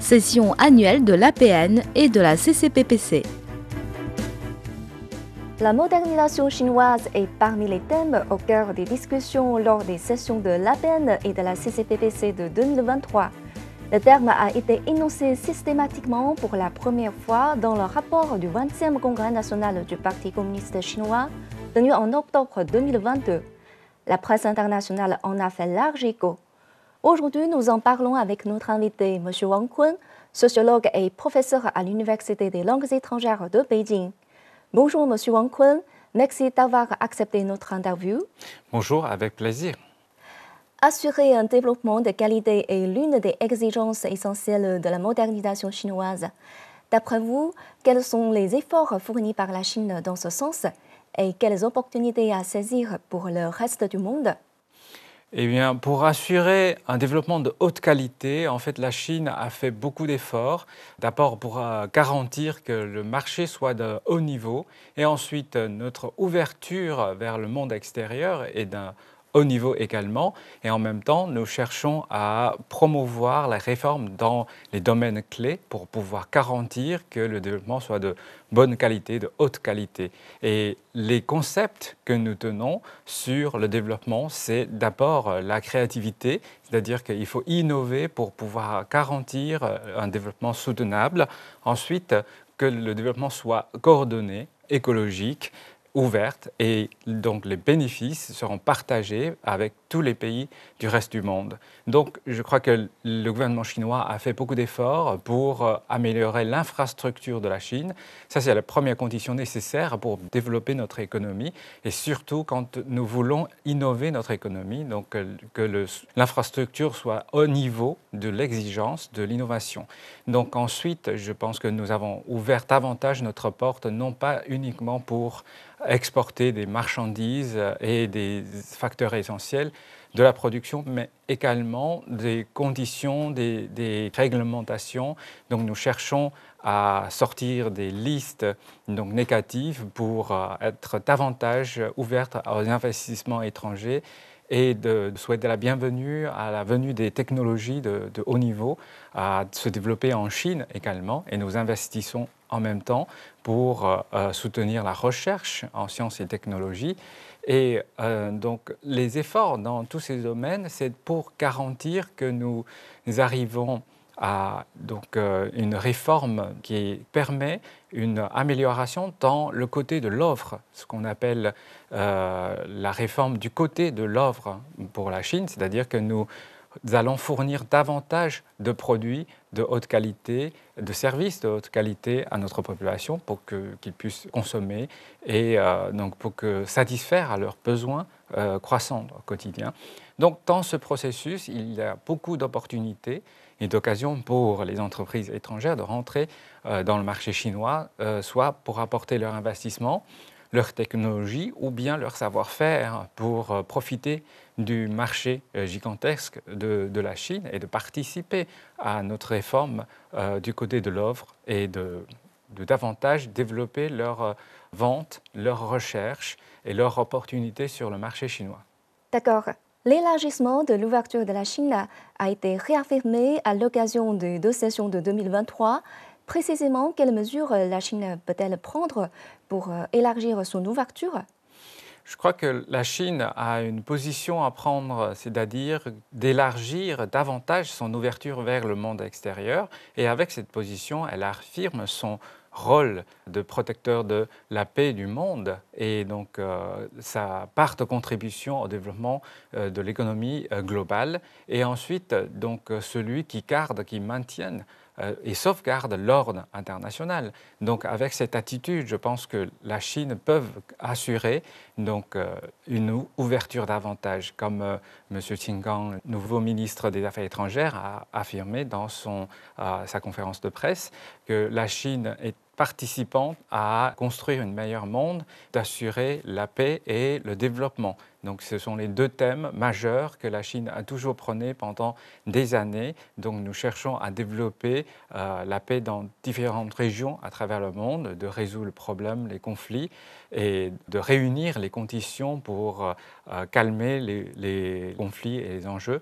session annuelle de l'APN et de la CCPPC. La modernisation chinoise est parmi les thèmes au cœur des discussions lors des sessions de l'APN et de la CCPPC de 2023. Le terme a été énoncé systématiquement pour la première fois dans le rapport du 20e Congrès national du Parti communiste chinois tenu en octobre 2022. La presse internationale en a fait large écho. Aujourd'hui, nous en parlons avec notre invité, M. Wang Kun, sociologue et professeur à l'Université des langues étrangères de Beijing. Bonjour, M. Wang Kun. Merci d'avoir accepté notre interview. Bonjour, avec plaisir. Assurer un développement de qualité est l'une des exigences essentielles de la modernisation chinoise. D'après vous, quels sont les efforts fournis par la Chine dans ce sens et quelles opportunités à saisir pour le reste du monde? Eh bien, pour assurer un développement de haute qualité, en fait, la Chine a fait beaucoup d'efforts. D'abord pour garantir que le marché soit de haut niveau et ensuite notre ouverture vers le monde extérieur est d'un haut niveau également. Et en même temps, nous cherchons à promouvoir la réforme dans les domaines clés pour pouvoir garantir que le développement soit de bonne qualité, de haute qualité. Et les concepts que nous tenons sur le développement, c'est d'abord la créativité, c'est-à-dire qu'il faut innover pour pouvoir garantir un développement soutenable. Ensuite, que le développement soit coordonné, écologique, ouverte et donc les bénéfices seront partagés avec tous les pays du reste du monde. Donc je crois que le gouvernement chinois a fait beaucoup d'efforts pour améliorer l'infrastructure de la Chine. Ça, c'est la première condition nécessaire pour développer notre économie et surtout quand nous voulons innover notre économie, donc que l'infrastructure soit au niveau de l'exigence de l'innovation. Donc ensuite, je pense que nous avons ouvert davantage notre porte, non pas uniquement pour exporter des marchandises et des facteurs essentiels de la production, mais également des conditions, des réglementations. Donc nous cherchons à sortir des listes donc, négatives pour être davantage ouvertes aux investissements étrangers et de souhaiter la bienvenue à la venue des technologies de haut niveau à se développer en Chine également. Et nous investissons en même temps pour soutenir la recherche en sciences et technologies. Et donc les efforts dans tous ces domaines, c'est pour garantir que nous arrivons à donc, une réforme qui permet une amélioration dans le côté de l'offre, ce qu'on appelle la réforme du côté de l'offre pour la Chine, c'est-à-dire que nous allons fournir davantage de produits de haute qualité, de services de haute qualité à notre population pour qu'ils puissent consommer et donc pour satisfaire à leurs besoins croissants au quotidien. Donc dans ce processus, il y a beaucoup d'opportunités et d'occasions pour les entreprises étrangères de rentrer dans le marché chinois, soit pour apporter leur investissement, leur technologie ou bien leur savoir-faire pour profiter du marché gigantesque de la Chine et de participer à notre réforme du côté de l'offre et de davantage développer leur vente, leur recherche et leurs opportunités sur le marché chinois. D'accord. L'élargissement de l'ouverture de la Chine a été réaffirmé à l'occasion des deux sessions de 2023. Précisément, quelles mesures la Chine peut-elle prendre pour élargir son ouverture? Je crois que la Chine a une position à prendre, c'est-à-dire d'élargir davantage son ouverture vers le monde extérieur. Et avec cette position, elle affirme son rôle de protecteur de la paix du monde et donc sa part de contribution au développement de l'économie globale. Et ensuite, donc celui qui garde, qui maintient et sauvegarde l'ordre international. Donc avec cette attitude, je pense que la Chine peut assurer donc, une ouverture davantage, comme M. Qin Gang, nouveau ministre des Affaires étrangères, a affirmé dans sa conférence de presse que la Chine est participant à construire un meilleur monde, d'assurer la paix et le développement. Donc ce sont les deux thèmes majeurs que la Chine a toujours prônés pendant des années. Donc nous cherchons à développer la paix dans différentes régions à travers le monde, de résoudre le problème, les conflits et de réunir les conditions pour calmer les conflits et les enjeux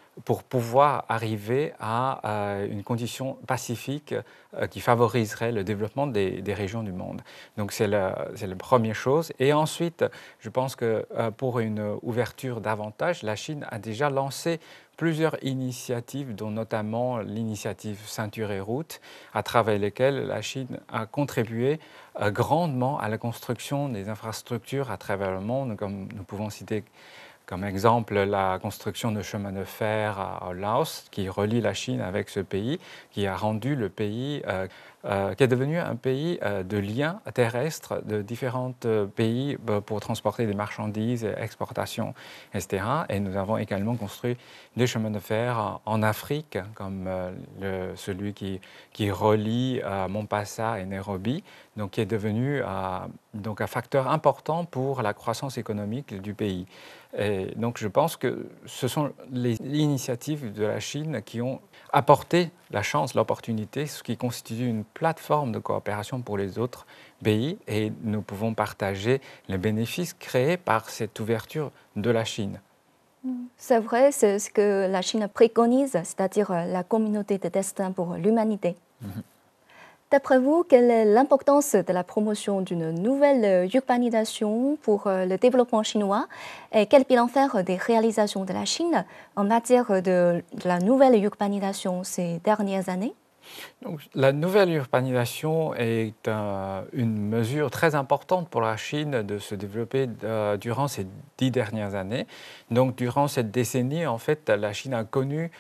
pour pouvoir arriver à une condition pacifique qui favoriserait le développement des régions du monde. Donc c'est la première chose. Et ensuite, je pense que pour une ouverture davantage, la Chine a déjà lancé plusieurs initiatives, dont notamment l'initiative Ceinture et Route, à travers lesquelles la Chine a contribué grandement à la construction des infrastructures à travers le monde, comme nous pouvons citer comme exemple la construction de chemins de fer au Laos, qui relie la Chine avec ce pays, qui a rendu le pays, qui est devenu un pays de liens terrestres de différents pays pour transporter des marchandises, exportations, etc. Et nous avons également construit des chemins de fer en Afrique, comme celui qui relie Mombasa et Nairobi, donc qui est devenu donc un facteur important pour la croissance économique du pays. Et donc je pense que ce sont les initiatives de la Chine qui ont apporté la chance, l'opportunité, ce qui constitue une plateforme de coopération pour les autres pays, et nous pouvons partager les bénéfices créés par cette ouverture de la Chine. C'est vrai, c'est ce que la Chine préconise, c'est-à-dire la communauté de destin pour l'humanité. D'après vous, quelle est l'importance de la promotion d'une nouvelle urbanisation pour le développement chinois et quel bilan faire des réalisations de la Chine en matière de la nouvelle urbanisation ces dernières années? Donc, la nouvelle urbanisation est une mesure très importante pour la Chine de se développer durant ces 10 dernières années. Donc, durant cette décennie, en fait, la Chine a connu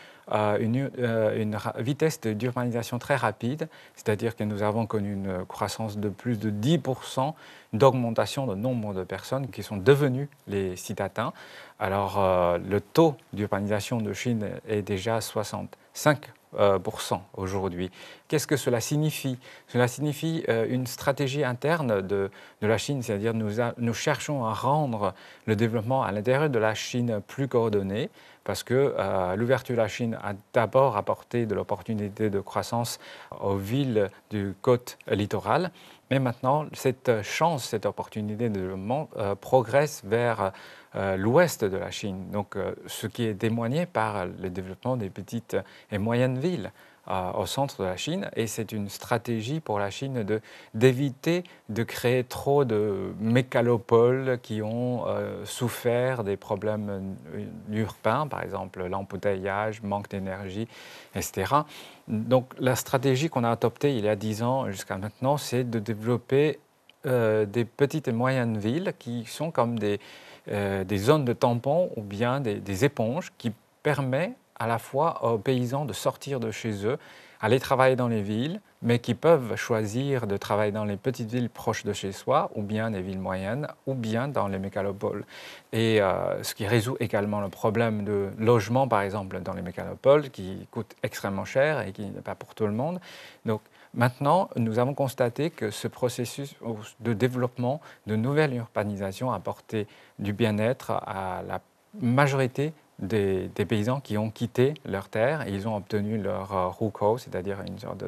une vitesse d'urbanisation très rapide, c'est-à-dire que nous avons connu une croissance de plus de 10% d'augmentation du nombre de personnes qui sont devenues les citadins. Alors, le taux d'urbanisation de Chine est déjà 65% aujourd'hui. Qu'est-ce que cela signifie? Cela signifie une stratégie interne de la Chine, c'est-à-dire nous cherchons à rendre le développement à l'intérieur de la Chine plus coordonné, parce que l'ouverture de la Chine a d'abord apporté de l'opportunité de croissance aux villes du côte littorale, mais maintenant cette chance, cette opportunité de développement progresse vers l'ouest de la Chine, donc ce qui est témoigné par le développement des petites et moyennes villes au centre de la Chine, et c'est une stratégie pour la Chine d'éviter de créer trop de mégalopoles qui ont souffert des problèmes urbains, par exemple l'embouteillage, manque d'énergie, etc. Donc la stratégie qu'on a adoptée il y a 10 ans jusqu'à maintenant, c'est de développer des petites et moyennes villes qui sont comme des zones de tampons ou bien des éponges qui permettent à la fois aux paysans de sortir de chez eux, aller travailler dans les villes, mais qui peuvent choisir de travailler dans les petites villes proches de chez soi, ou bien les villes moyennes, ou bien dans les mégalopoles. Et ce qui résout également le problème de logement, par exemple, dans les mégalopoles, qui coûte extrêmement cher et qui n'est pas pour tout le monde. Donc, maintenant, nous avons constaté que ce processus de développement de nouvelles urbanisations a apporté du bien-être à la majorité des paysans qui ont quitté leurs terres et ils ont obtenu leur hukou, c'est-à-dire une sorte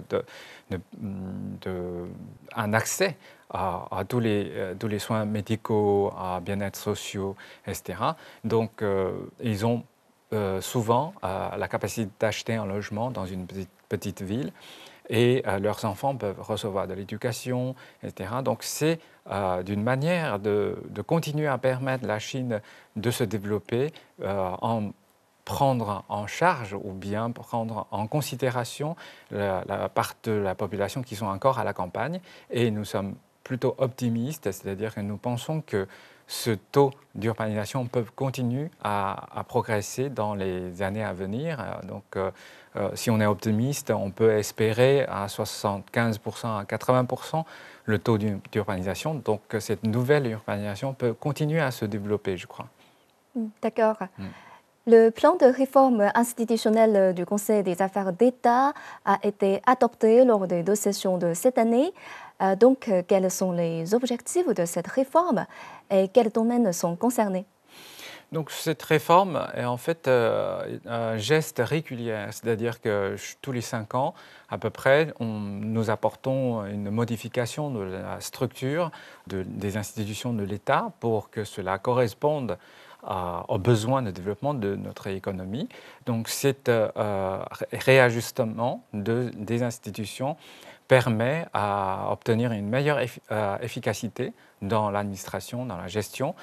un accès à tous les soins médicaux, à bien-être sociaux, etc. Donc, ils ont souvent la capacité d'acheter un logement dans une petite ville, et leurs enfants peuvent recevoir de l'éducation, etc. Donc c'est d'une manière de continuer à permettre à la Chine de se développer en prendre en charge ou bien prendre en considération la part de la population qui sont encore à la campagne. Et nous sommes plutôt optimistes, c'est-à-dire que nous pensons que ce taux d'urbanisation peut continuer à progresser dans les années à venir. Donc, si on est optimiste, on peut espérer à 75% à 80% le taux d'urbanisation. Donc, cette nouvelle urbanisation peut continuer à se développer, je crois. D'accord. Le plan de réforme institutionnelle du Conseil des affaires d'État a été adopté lors des 2 sessions de cette année. Donc, quels sont les objectifs de cette réforme et quels domaines sont concernés? Donc cette réforme est en fait un geste régulier, c'est-à-dire que tous les 5 ans, à peu près, nous apportons une modification de la structure des institutions de l'État pour que cela corresponde aux besoins de développement de notre économie. Donc, cet réajustement des institutions permet à obtenir une meilleure efficacité dans l'administration, dans la gestion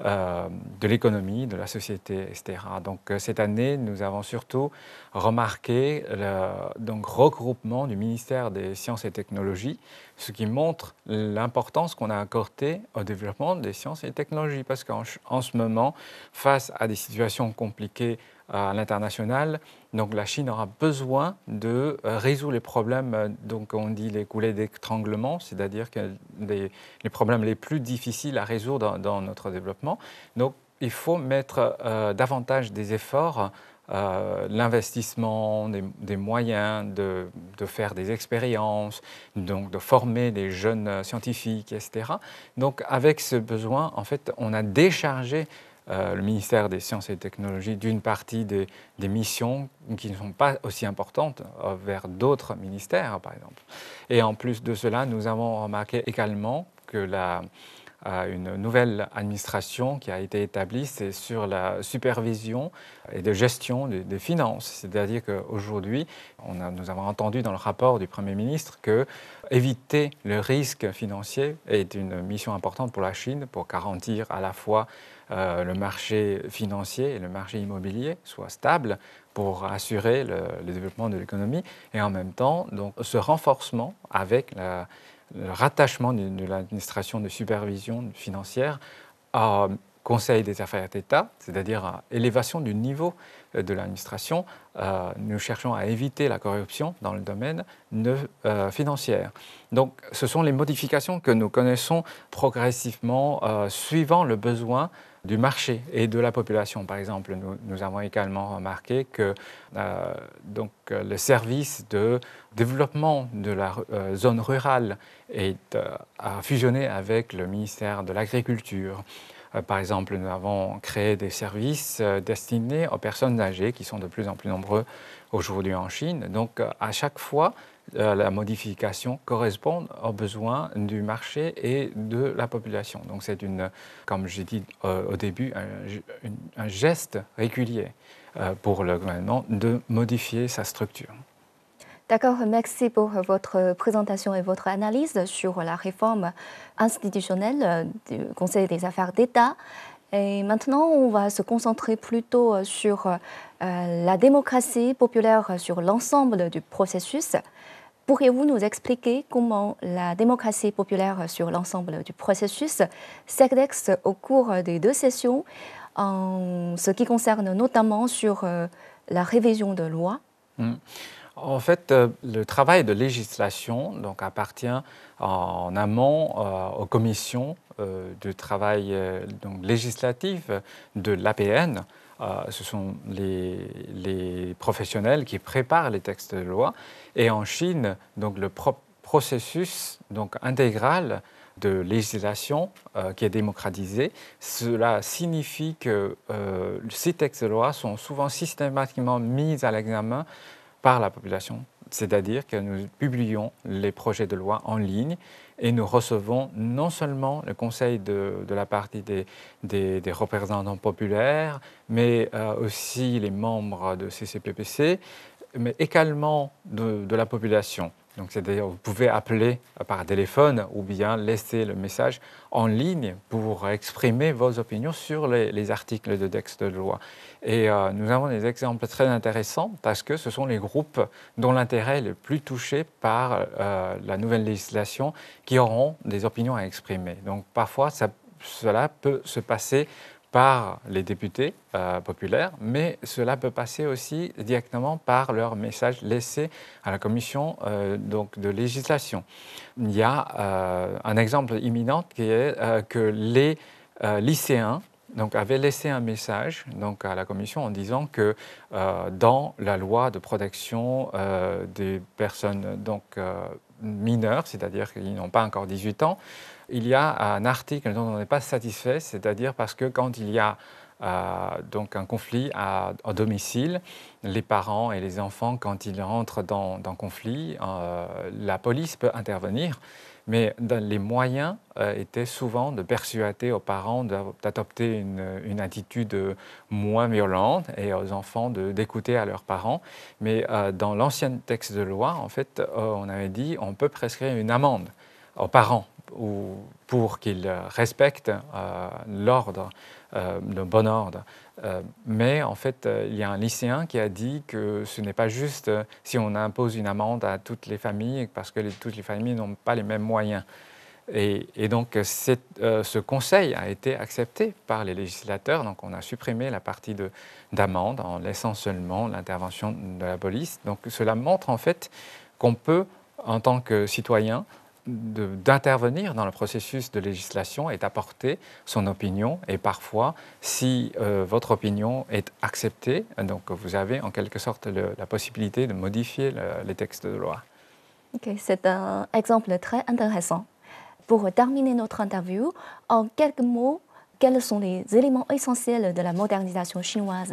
de l'économie, de la société, etc. Donc cette année, nous avons surtout remarqué le regroupement du ministère des Sciences et Technologies, ce qui montre l'importance qu'on a accordée au développement des sciences et technologies, parce qu'en ce moment, face à des situations compliquées à l'international, donc la Chine aura besoin de résoudre les problèmes, donc on dit les coulées d'étranglement, c'est-à-dire que les problèmes les plus difficiles à résoudre dans notre développement. Donc il faut mettre davantage des efforts, l'investissement, des moyens de faire des expériences, donc de former des jeunes scientifiques, etc. Donc avec ce besoin, en fait, on a déchargé le ministère des Sciences et Technologies d'une partie des missions qui ne sont pas aussi importantes vers d'autres ministères, par exemple. Et en plus de cela, nous avons remarqué également que une nouvelle administration qui a été établie, c'est sur la supervision et de gestion des finances. C'est-à-dire qu'aujourd'hui, nous avons entendu dans le rapport du Premier ministre que éviter le risque financier est une mission importante pour la Chine, pour garantir à la fois le marché financier et le marché immobilier soient stables pour assurer le développement de l'économie, et en même temps, donc, ce renforcement avec le rattachement de l'administration de supervision financière au Conseil des affaires d'État, c'est-à-dire à élévation du niveau de l'administration. Nous cherchons à éviter la corruption dans le domaine financier. Donc, ce sont les modifications que nous connaissons progressivement suivant le besoin du marché et de la population. Par exemple, nous avons également remarqué que le service de développement de la zone rurale a fusionné avec le ministère de l'Agriculture. Par exemple, nous avons créé des services destinés aux personnes âgées qui sont de plus en plus nombreux aujourd'hui en Chine. Donc, à chaque fois, la modification correspond aux besoins du marché et de la population. Donc, c'est comme j'ai dit au début, un geste régulier pour le gouvernement de modifier sa structure. D'accord, merci pour votre présentation et votre analyse sur la réforme institutionnelle du Conseil des affaires d'État. Et maintenant, on va se concentrer plutôt sur la démocratie populaire sur l'ensemble du processus. Pourriez-vous nous expliquer comment la démocratie populaire sur l'ensemble du processus s'exerce au cours des 2 sessions, en ce qui concerne notamment sur la révision de loi? En fait, le travail de législation donc, appartient en amont aux commissions de travail législatif de l'APN. Ce sont les professionnels qui préparent les textes de loi. Et en Chine, donc, le processus intégral de législation qui est démocratisé, cela signifie que ces textes de loi sont souvent systématiquement mis à l'examen par la population, c'est-à-dire que nous publions les projets de loi en ligne et nous recevons non seulement le conseil de la partie des représentants populaires, mais aussi les membres de CCPPC, mais également de la population. Donc, c'est-à-dire vous pouvez appeler par téléphone ou bien laisser le message en ligne pour exprimer vos opinions sur les articles de texte de loi. Et nous avons des exemples très intéressants parce que ce sont les groupes dont l'intérêt est le plus touché par la nouvelle législation qui auront des opinions à exprimer. Donc parfois, cela peut se passer par les députés populaires, mais cela peut passer aussi directement par leur message laissé à la commission de législation. Il y a un exemple imminent qui est que les lycéens avaient laissé un message à la commission en disant que dans la loi de protection des personnes mineures, c'est-à-dire qu'ils n'ont pas encore 18 ans, il y a un article dont on n'est pas satisfait, c'est-à-dire parce que quand il y a un conflit au domicile, les parents et les enfants, quand ils rentrent dans conflit, la police peut intervenir. Mais les moyens étaient souvent de persuader aux parents d'adopter une attitude moins violente et aux enfants d'écouter à leurs parents. Mais dans l'ancien texte de loi, en fait, on avait dit on peut prescrire une amende aux parents pour qu'ils respectent l'ordre, le bon ordre. Mais en fait, il y a un lycéen qui a dit que ce n'est pas juste si on impose une amende à toutes les familles, parce que toutes les familles n'ont pas les mêmes moyens. Et donc, ce conseil a été accepté par les législateurs. Donc, on a supprimé la partie d'amende en laissant seulement l'intervention de la police. Donc, cela montre en fait qu'on peut, en tant que citoyen, d'intervenir dans le processus de législation et d'apporter son opinion. Et parfois, si votre opinion est acceptée, donc vous avez en quelque sorte la possibilité de modifier les textes de loi. Okay, c'est un exemple très intéressant. Pour terminer notre interview, en quelques mots, quels sont les éléments essentiels de la modernisation chinoise?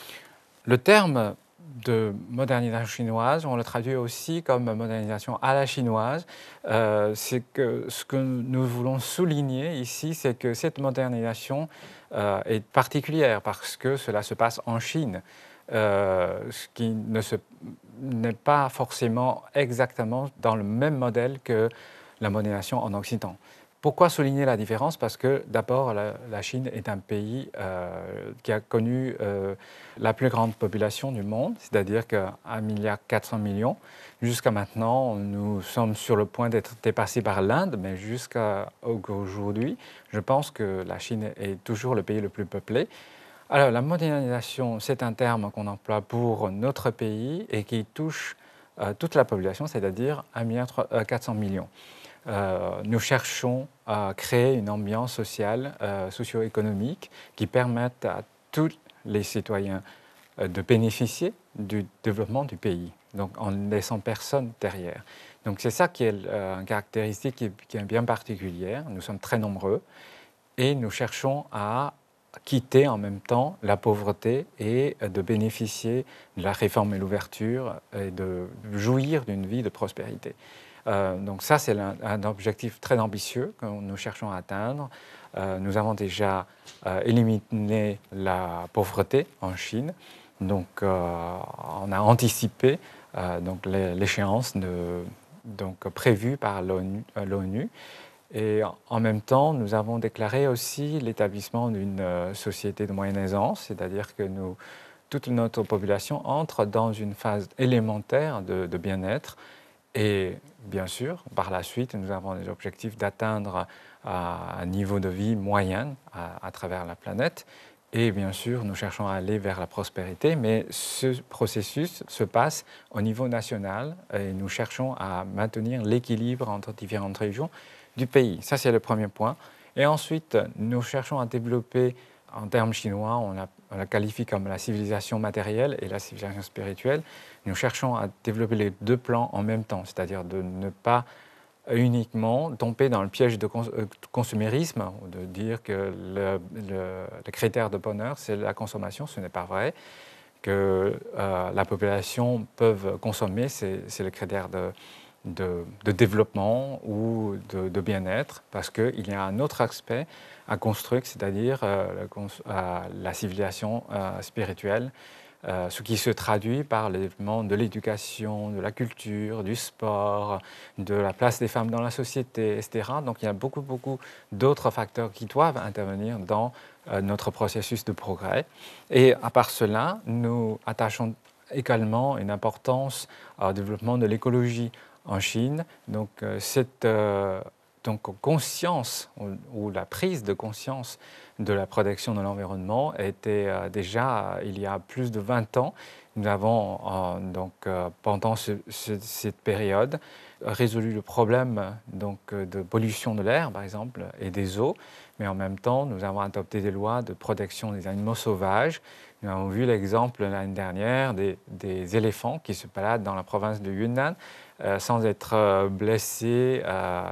Le terme de modernisation chinoise, on le traduit aussi comme modernisation à la chinoise. C'est que ce que nous voulons souligner ici, c'est que cette modernisation est particulière parce que cela se passe en Chine, ce qui n'est pas forcément exactement dans le même modèle que la modernisation en Occident. Pourquoi souligner la différence? Parce que d'abord, la Chine est un pays qui a connu la plus grande population du monde, c'est-à-dire qu'1,4 milliard. Jusqu'à maintenant, nous sommes sur le point d'être dépassés par l'Inde, mais jusqu'à aujourd'hui, je pense que la Chine est toujours le pays le plus peuplé. Alors, la modernisation, c'est un terme qu'on emploie pour notre pays et qui touche toute la population, c'est-à-dire 1,4 milliard. Nous cherchons à créer une ambiance sociale, socio-économique qui permette à tous les citoyens de bénéficier du développement du pays, donc en ne laissant personne derrière. Donc c'est ça qui est une caractéristique qui est bien particulière. Nous sommes très nombreux et nous cherchons à quitter en même temps la pauvreté et de bénéficier de la réforme et l'ouverture et de jouir d'une vie de prospérité. Donc ça, c'est un objectif très ambitieux que nous cherchons à atteindre. Nous avons déjà éliminé la pauvreté en Chine. Donc on a anticipé donc l'échéance prévue par l'ONU. Et en même temps, nous avons déclaré aussi l'établissement d'une société de moyenne aisance, c'est-à-dire que toute notre population entre dans une phase élémentaire de bien-être. Et bien sûr, par la suite, nous avons des objectifs d'atteindre un niveau de vie moyen à travers la planète. Et bien sûr, nous cherchons à aller vers la prospérité, mais ce processus se passe au niveau national et nous cherchons à maintenir l'équilibre entre différentes régions du pays. Ça, c'est le premier point. Et ensuite, nous cherchons à développer, en termes chinois, on la qualifie comme la civilisation matérielle et la civilisation spirituelle. Nous cherchons à développer les deux plans en même temps, c'est-à-dire de ne pas uniquement tomber dans le piège de consumérisme, de dire que le critère de bonheur, c'est la consommation. Ce n'est pas vrai. Que la population peut consommer, c'est le critère de développement ou de bien-être, parce qu'il y a un autre aspect à construire, c'est-à-dire la civilisation spirituelle, ce qui se traduit par le développement de l'éducation, de la culture, du sport, de la place des femmes dans la société, etc. Donc il y a beaucoup d'autres facteurs qui doivent intervenir dans notre processus de progrès. Et à part cela, nous attachons également une importance au développement de l'écologie en Chine. Donc cette conscience ou la prise de conscience de la protection de l'environnement était déjà il y a plus de 20 ans. Nous avons pendant cette période résolu le problème de pollution de l'air, par exemple, et des eaux, mais en même temps, nous avons adopté des lois de protection des animaux sauvages. Nous avons vu l'exemple l'année dernière des éléphants qui se baladent dans la province de Yunnan sans être blessés.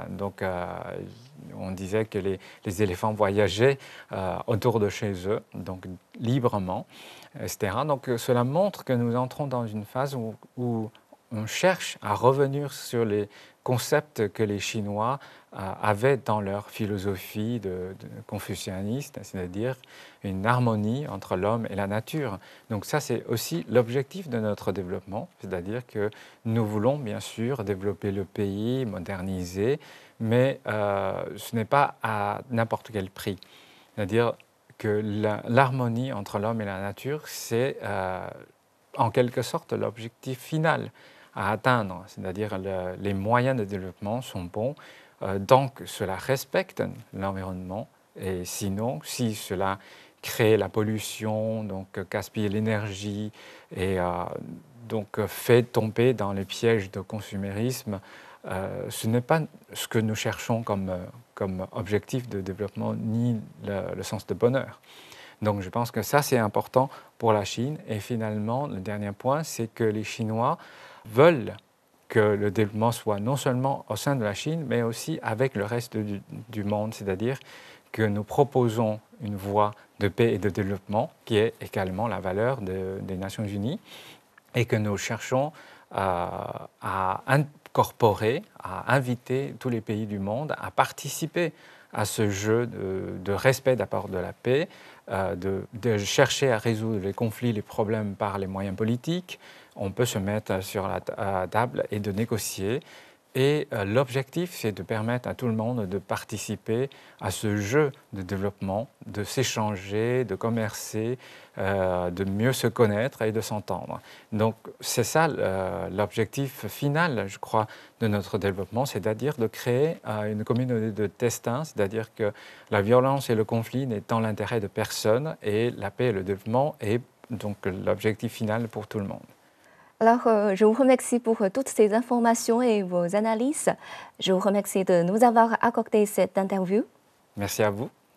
On disait que les éléphants voyageaient autour de chez eux, donc librement, etc. Donc cela montre que nous entrons dans une phase où on cherche à revenir sur les concepts que les Chinois avaient dans leur philosophie de confucianiste, c'est-à-dire une harmonie entre l'homme et la nature. Donc ça, c'est aussi l'objectif de notre développement, c'est-à-dire que nous voulons bien sûr développer le pays, moderniser, mais ce n'est pas à n'importe quel prix. C'est-à-dire que l'harmonie entre l'homme et la nature, c'est en quelque sorte l'objectif final à atteindre, c'est-à-dire les moyens de développement sont bons, donc cela respecte l'environnement, et sinon, si cela crée la pollution, donc gaspille l'énergie et donc fait tomber dans les pièges de consumérisme, ce n'est pas ce que nous cherchons comme objectif de développement ni le sens de bonheur. Donc je pense que ça c'est important pour la Chine. Et finalement, le dernier point, c'est que les Chinois veulent que le développement soit non seulement au sein de la Chine, mais aussi avec le reste du monde, c'est-à-dire que nous proposons une voie de paix et de développement qui est également la valeur des Nations Unies et que nous cherchons à incorporer, à inviter tous les pays du monde à participer à ce jeu de respect d'abord de la paix, de chercher à résoudre les conflits, les problèmes par les moyens politiques. On peut se mettre sur la table et de négocier. Et l'objectif, c'est de permettre à tout le monde de participer à ce jeu de développement, de s'échanger, de commercer, de mieux se connaître et de s'entendre. Donc c'est ça l'objectif final, je crois, de notre développement, c'est-à-dire de créer une communauté de destin, c'est-à-dire que la violence et le conflit n'est dans l'intérêt de personne et la paix et le développement est donc l'objectif final pour tout le monde. Alors, je vous remercie pour toutes ces informations et vos analyses. Je vous remercie de nous avoir accordé cette interview. Merci à vous.